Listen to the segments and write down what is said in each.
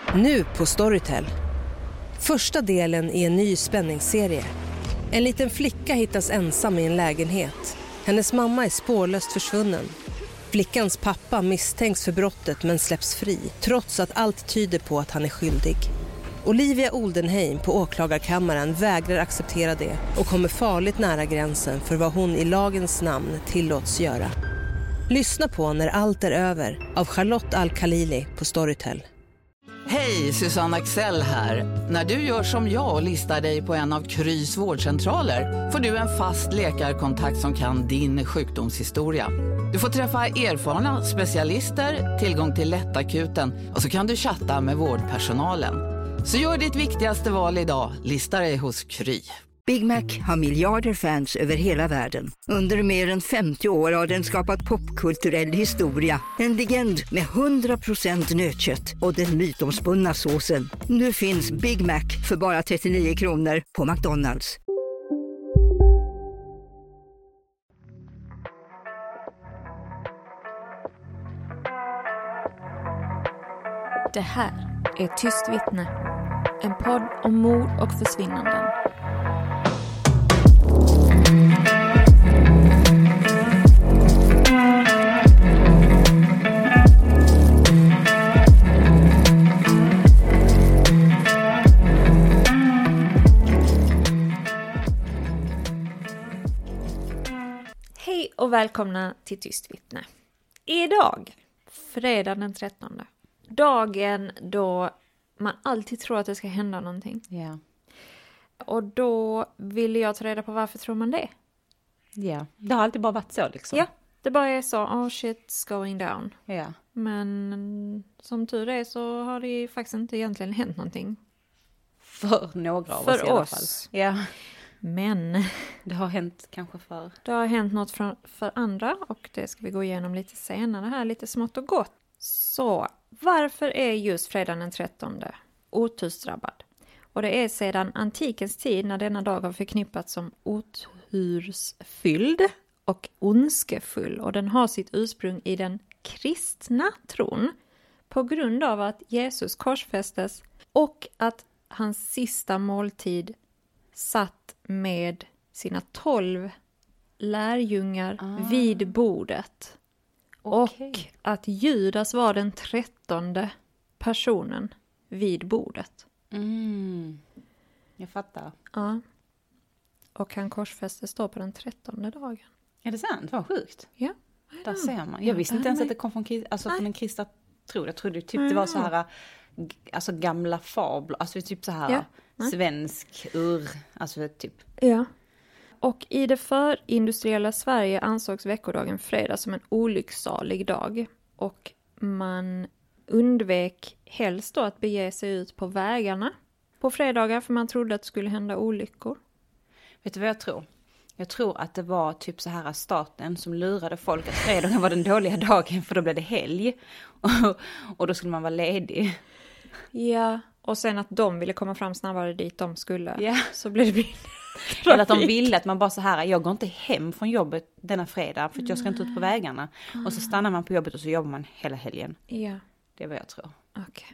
Nu på Storytel. Första delen i en ny spänningsserie. En liten flicka hittas ensam i en lägenhet. Hennes mamma är spårlöst försvunnen. Flickans pappa misstänks för brottet men släpps fri, trots att allt tyder på att han är skyldig. Olivia Oldenheim på åklagarkammaren vägrar acceptera det och kommer farligt nära gränsen för vad hon i lagens namn tillåts göra. Lyssna på När allt är över av Charlotte Al-Khalili på Storytel. Hej, Susanne Axel här. När du gör som jag och listar dig på en av Krys vårdcentraler får du en fast läkarkontakt som kan din sjukdomshistoria. Du får träffa erfarna specialister, tillgång till lättakuten och så kan du chatta med vårdpersonalen. Så gör ditt viktigaste val idag, listar dig hos Kry. Big Mac har miljarder fans över hela världen. Under mer än 50 år har den skapat popkulturell historia. En legend med 100% nötkött och den mytomspunna såsen. Nu finns Big Mac för bara 39 kronor på McDonald's. Det här är Tyst vittne. En podd om mord och försvinnanden. Hej och välkomna till Tyst vittne. Idag, fredag den 13. Dagen då man alltid tror att det ska hända någonting. Ja. Och då ville jag ta reda på varför tror man det? Ja, det har alltid bara varit så liksom. Ja, det bara är så, oh shit's going down. Ja. Men som tur är så har det ju faktiskt inte egentligen hänt någonting. För några av för oss i alla oss. fall. Ja. Men Det har hänt kanske för... det har hänt något för andra och det ska vi gå igenom lite senare här, lite smått och gott. Så, varför är just fredagen den 13 otursdrabbad? Och det är sedan antikens tid när denna dag har förknippats som otursfylld och ondskefull. Och den har sitt ursprung i den kristna tron på grund av att Jesus korsfästes och att hans sista måltid satt med sina 12 lärjungar vid bordet. Okej. Och att Judas var den 13:e personen vid bordet. Jag fattar. Ja. Och han korsfästes då på den 13:e dagen. Är det sant? Vad sjukt. Ja. Där ser man. Jag visste inte ens att det kom från, från en kristna tro. Jag trodde typ det var så här, alltså gamla fabler. Alltså typ så här svensk alltså typ. Ja. Och i det förindustriella Sverige ansågs veckodagen fredag som en olycksalig dag. Och man undvek helst då att bege sig ut på vägarna på fredagar för man trodde att det skulle hända olyckor. Vet du vad jag tror? Jag tror att det var typ så här staten som lurade folk att fredagen var den dåliga dagen för då blev det helg. Och då skulle man vara ledig. Ja, och sen att de ville komma fram snabbare dit de skulle. Ja. Så blev det Eller att de ville att man bara så här, jag går inte hem från jobbet denna fredag för att jag ska inte ut på vägarna. Och så stannar man på jobbet och så jobbar man hela helgen. Ja. Det är vad jag tror. Okej.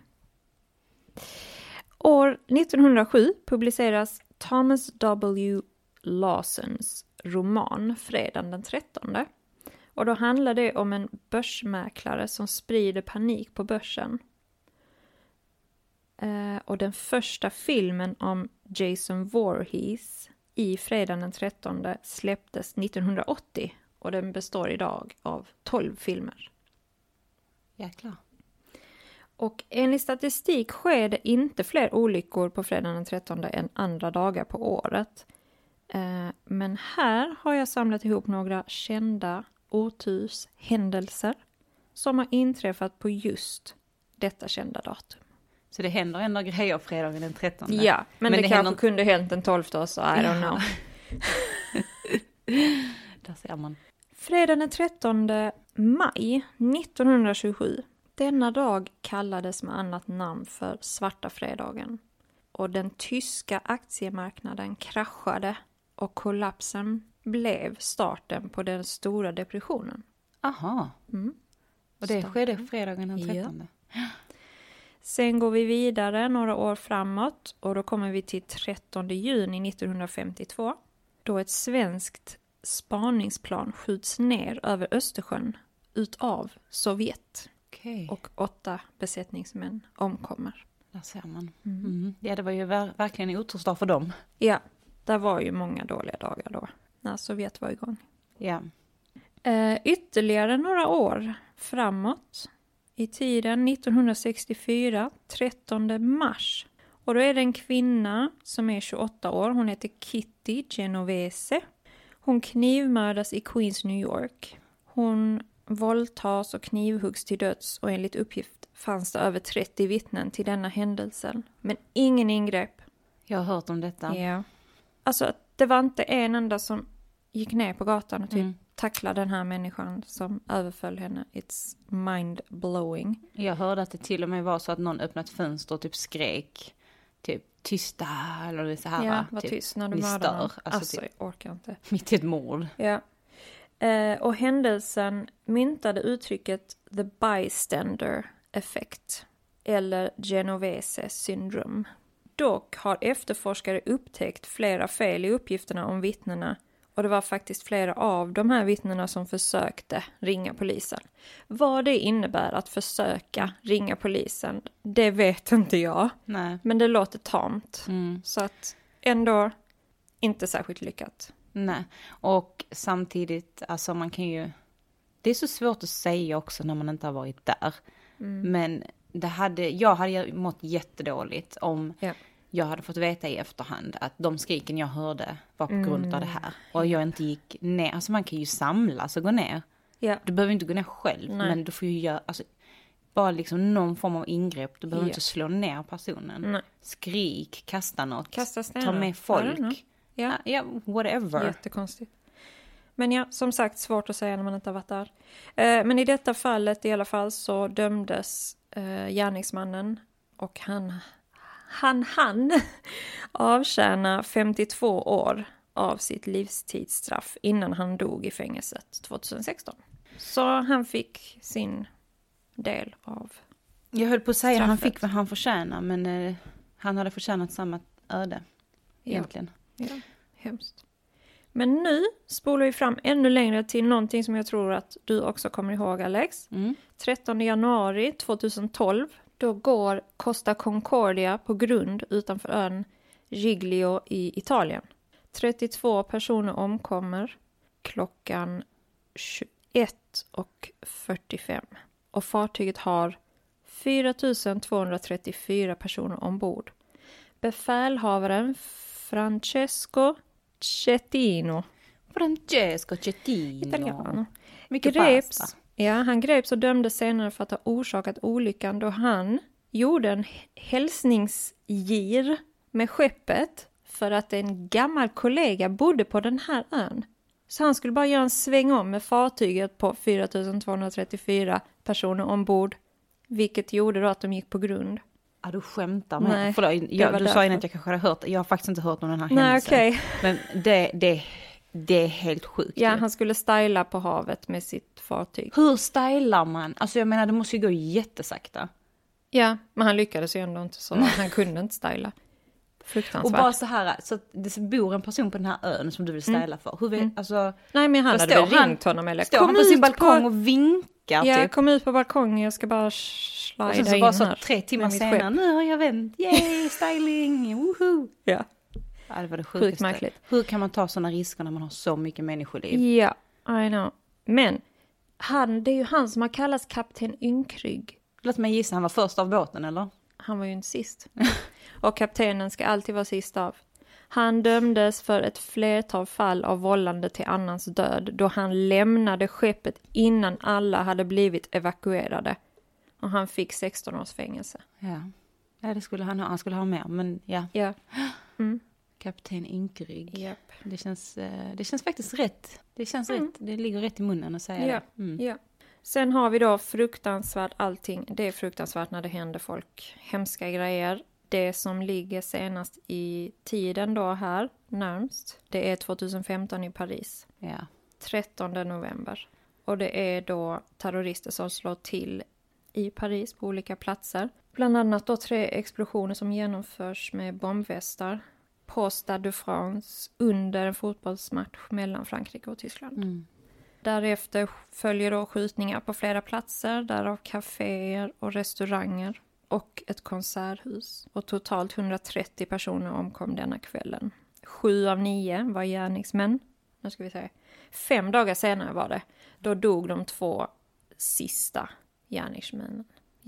År 1907 publiceras Thomas W. Lawsons roman Fredagen den 13. Och då handlar det om en börsmäklare som sprider panik på börsen. Och den första filmen om Jason Voorhees i Fredagen den 13 släpptes 1980. Och den består idag av 12 filmer. Jäklar. Och enligt statistik sker det inte fler olyckor på fredagen den 13 än andra dagar på året. Men här har jag samlat ihop några kända oturshändelser som har inträffat på just detta kända datum. Så det händer ändå grejer fredagen den 13. Ja, men det kanske kunde hänt den 12 så I don't know. Där ser man. Fredagen den 13 maj 1927. Denna dag kallades med annat namn för Svarta fredagen. Och den tyska aktiemarknaden kraschade och kollapsen blev starten på den stora depressionen. Aha. Och det skedde fredagen den 13. Ja. Sen går vi vidare några år framåt och då kommer vi till 13 juni 1952. Då ett svenskt spaningsplan skjuts ner över Östersjön utav Sovjet. Okej. Och 8 besättningsmän omkommer. Där ser man. Ja, det var ju verkligen en otursdag för dem. Ja, det var ju många dåliga dagar då när Sovjet var igång. Ja. Ytterligare några år framåt i tiden, 1964, 13 mars. Och då är det en kvinna som är 28 år. Hon heter Kitty Genovese. Hon knivmördas i Queens, New York. Hon våldtas och knivhuggs till döds och enligt uppgift fanns det över 30 vittnen till denna händelsen. Men ingen ingrepp. Jag har hört om detta. Ja. Alltså det var inte en enda som gick ner på gatan och typ tacklade den här människan som överföll henne. It's mind-blowing. Jag hörde att det till och med var så att någon öppnat fönster och typ skrek typ tysta eller så här. Ja, var typ, tyst när du ni mördar någon. stör. Alltså typ, jag orkar inte. mitt i ett mord. Ja. Och händelsen myntade uttrycket the bystander effect eller Genovese syndrom. Dock har efterforskare upptäckt flera fel i uppgifterna om vittnena och det var faktiskt flera av de här vittnena som försökte ringa polisen. Vad det innebär att försöka ringa polisen, det vet inte jag. Nej. Men det låter tamt. Så att ändå inte särskilt lyckat. Nej, och samtidigt, alltså man kan ju, det är så svårt att säga också när man inte har varit där. Men jag hade mått jättedåligt om jag hade fått veta i efterhand att de skriken jag hörde var på grund av det här. Och jag inte gick ner, alltså man kan ju samlas och gå ner. Ja. Du behöver inte gå ner själv, men du får ju göra, alltså, bara liksom någon form av ingrepp. Du behöver inte slå ner personen. Nej. Skrik, kasta något, Kasta stenar. ta med folk. Ja, whatever. Jättekonstigt. Men ja, som sagt, svårt att säga när man inte har varit där. Men i detta fallet i alla fall så dömdes gärningsmannen och han avtjäna 52 år av sitt livstidsstraff innan han dog i fängelset 2016. Så han fick sin del av Jag höll på att säga att han straffet. fick vad han förtjänar, men han hade förtjänat samma öde egentligen. Ja, hemskt. Men nu spolar vi fram ännu längre till någonting som jag tror att du också kommer ihåg, Alex. 13 januari 2012, då går Costa Concordia på grund utanför ön Giglio i Italien. 32 personer omkommer klockan 21:45. Och fartyget har 4234 personer ombord. Befälhavaren Francesco Cettino. Francesco Cettino. Italiano. Mycket greps. pasta. Ja, han greps och dömdes senare för att ha orsakat olyckan då han gjorde en hälsningsgir med skeppet för att en gammal kollega bodde på den här ön. Så han skulle bara göra en sväng om med fartyget på 4234 personer ombord, vilket gjorde då att de gick på grund. Ja, du skämtar med. Nej, Du sa innan att jag kanske hade hört. Jag har faktiskt inte hört om den här Nej, händelsen. okej. Men det är helt sjukt. Ja, ju. han skulle styla på havet med sitt fartyg. Hur stylar man? Alltså jag menar, det måste ju gå jättesakta. Ja, men han lyckades ju ändå inte så. Han kunde inte styla. Fruktansvärt. Och bara så här, så att det bor en person på den här ön som du vill styla för. Hur vet, alltså, Nej, men han hade väl ringt honom eller står han på sin balkong och vinkar Ja, typ. kom ut på balkongen, jag ska bara slida Och sen så in bara så här 3 timmar med mitt senare, skepp. nu har jag vänt. Yay, styling, woho! Ja. Ja, det var det Sjukt sjukaste. märkligt. Hur kan man ta sådana risker när man har så mycket människoliv? Ja, I know. Men det är ju han som har kallats kapten Ynkrygg. Låt mig gissa, han var först av båten eller? Han var ju inte sist. Och kaptenen ska alltid vara sist av. Han dömdes för ett flertal fall av vållande till annans död då han lämnade skeppet innan alla hade blivit evakuerade. Och han fick 16 års fängelse. Ja, det skulle han ha. Han skulle ha mer, men ja. Ja. Kapten Ynkrygg. Japp. Det känns faktiskt rätt. Det känns rätt. Det ligger rätt i munnen att säga Ja. det. Ja. Sen har vi då fruktansvärt allting. Det är fruktansvärt när det händer folk. Hemska grejer. Det som ligger senast i tiden då här, närmst, det är 2015 i Paris. Ja. 13 november. Och det är då terrorister som slår till i Paris på olika platser. Bland annat då 3 explosioner som genomförs med bombvästar på Stade de France under en fotbollsmatch mellan Frankrike och Tyskland. Därefter följer då skjutningar på flera platser, därav kaféer och restauranger och ett konserthus. Och totalt 130 personer omkom denna kvällen. 7 av 9 var gärningsmän. Nu ska vi säga. 5 dagar senare var det. Då dog de 2 sista gärningsmännen.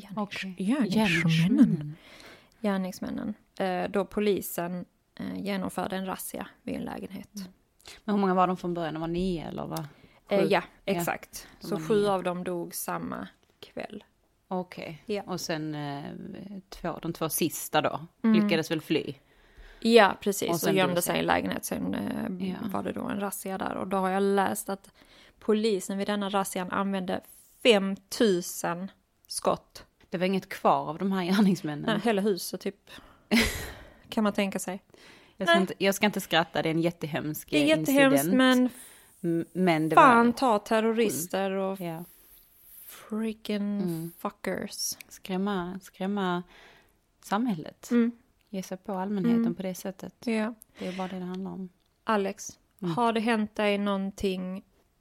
Gärningsmännen. Då polisen genomförde en razzia vid en lägenhet. Men hur många var de från början? De var 9 eller vad? Ja, exakt. Så 7 av dem dog samma kväll. Okej. Ja. Och sen de 2 sista då lyckades väl fly? Ja, precis. Och gömde sig i lägenhet. Sen var det då en razzia där. Och då har jag läst att polisen vid denna razzian använde 5000 skott. Det var inget kvar av de här gärningsmännen? Nej, hela huset typ. Kan man tänka sig. Jag ska inte skratta, det är en jättehemsk incident. Det är jättehemskt, men det fan var... ta terrorister och freaking fuckers. Skrämma samhället. Ge sig på allmänheten på det sättet. Ja. Det är bara det handlar om. Alex, har det hänt dig någonting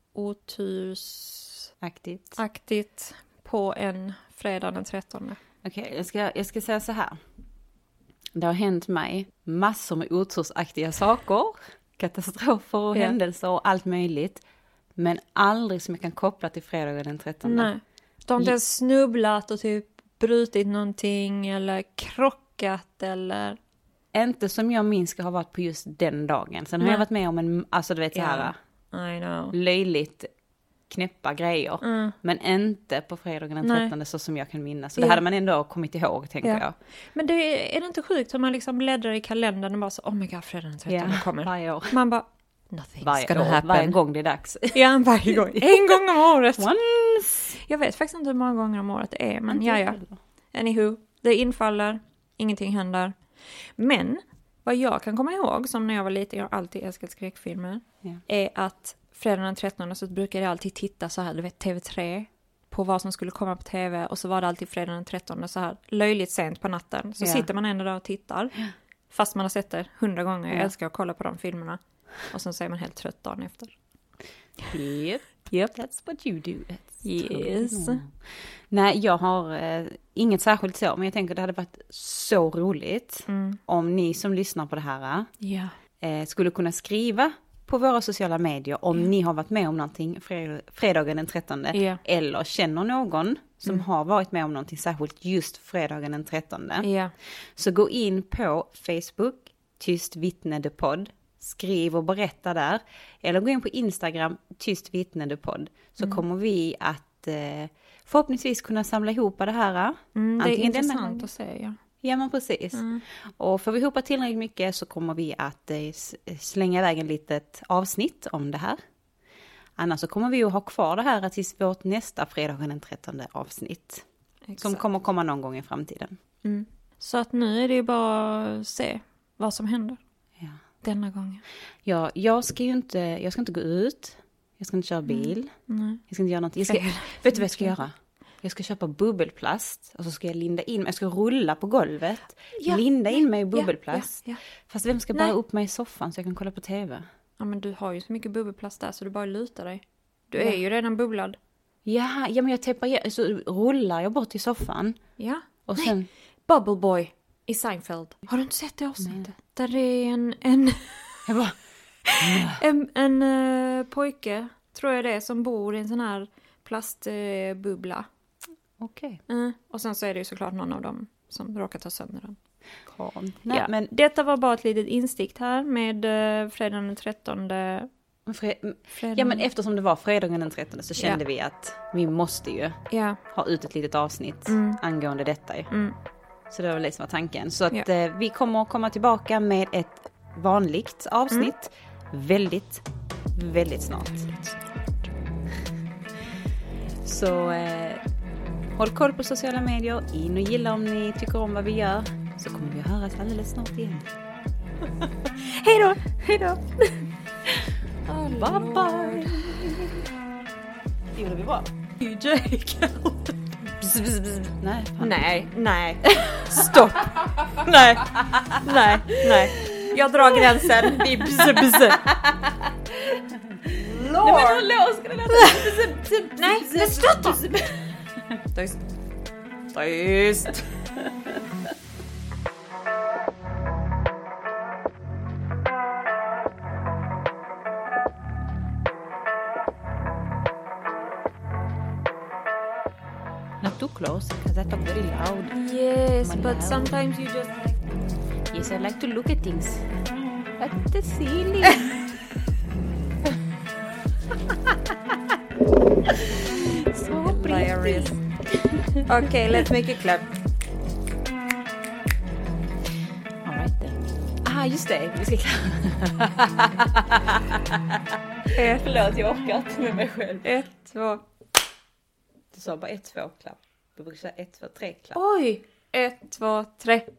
otursaktigt på en fredag den 13? Okej, jag ska säga så här. Det har hänt mig massor med otursaktiga saker, katastrofer och händelser och allt möjligt. Men aldrig som jag kan koppla till fredagen den 13. Nej, de har inte snubblat och typ brutit någonting eller krockat eller... Inte som jag minns ska ha varit på just den dagen. Sen har jag varit med om en, alltså du vet så här, I know. Löjligt knäppa grejer. Men inte på fredagen den 13 så som jag kan minnas. Så det hade man ändå kommit ihåg, tänker jag. Men är det inte sjukt om man liksom bläddrar i kalendern och bara så, oh my god, fredagen den 13 kommer. Varje år. Man bara, nothing's gonna happen. Varje gång det är dags. Ja, varje gång. En gång om året. Once. Jag vet faktiskt inte hur många gånger om året det är, men ja. Anywho, det infaller, ingenting händer. Men vad jag kan komma ihåg, som när jag var liten, jag har alltid älskat skräckfilmer, är att fredagen den 13 så brukade jag alltid titta så här, du vet, TV3 på vad som skulle komma på TV, och så var det alltid fredagen den 13 så här löjligt sent på natten. Så sitter man ändå där och tittar, fast man har sett det 100 gånger. Jag älskar att kolla på de filmerna. Och så är man helt trött dagen efter. Yep. That's what you do. Yes. Nej, jag har inget särskilt så, men jag tänker det hade varit så roligt om ni som lyssnar på det här skulle kunna skriva på våra sociala medier om ni har varit med om någonting fredagen den 13 eller känner någon som har varit med om någonting särskilt just fredagen den 13. Så gå in på Facebook, Tyst vittne podd. Skriv och berätta där. Eller gå in på Instagram, Tyst vittne podd. Så kommer vi att förhoppningsvis kunna samla ihop det här. Det är intressant att se, Ja, men precis. Och får vi ihop tillräckligt mycket så kommer vi att slänga iväg en litet avsnitt om det här. Annars så kommer vi att ha kvar det här tills vårt nästa fredagen den 13 avsnitt. Exakt. Som kommer komma någon gång i framtiden. Så att nu är det ju bara att se vad som händer. Ja. Denna gången. Ja, jag ska inte gå ut. Jag ska inte köra bil. Jag ska inte göra något. Vet du vad jag ska göra? Jag ska köpa bubbelplast och så ska jag linda in mig. Jag ska rulla på golvet. Linda in mig i bubbelplast. Fast vem ska bara upp mig i soffan så jag kan kolla på TV? Ja, men du har ju så mycket bubbelplast där så du bara lutar dig. Du är ju redan bubblad. Ja, men jag tejpar så rullar jag bort i soffan. Ja. Och sen Bubble Boy i Seinfeld. Har du inte sett det avsnittet? Där det är en pojke, tror jag det är, som bor i en sån här plastbubbla. Okej. Och sen så är det ju såklart någon av dem som råkar ta sönder den. Nej, men detta var bara ett litet instick här med fredagen den 13. Ja, men eftersom det var fredagen den 13 så kände vi att vi måste ju ha ut ett litet avsnitt angående detta. Så det var väl det som var tanken. Så att vi kommer att komma tillbaka med ett vanligt avsnitt väldigt, väldigt snart. Så håll koll på sociala medier, in och gilla om ni tycker om vad vi gör, så kommer vi att höras alldeles snart igen. Hej då! Bye bye! Det gjorde vi bra. DJ Khaled. Nej. Stopp. Nej. Jag drar gränsen. Nej, men sluta. Tyst. Not too close, because I talk very loud. Yes, but sometimes you just like... Yes, I like to look at things. At the ceiling. So pretty. Okay, let's make a clap. All right then. Just det. Vi ska klappa. Förlåt, jag orkar inte med mig själv. 1, 2. Du sa bara 1, 2 klapp. Du brukar säga 1, 2, 3 klapp. Oj! 1, 2, 3.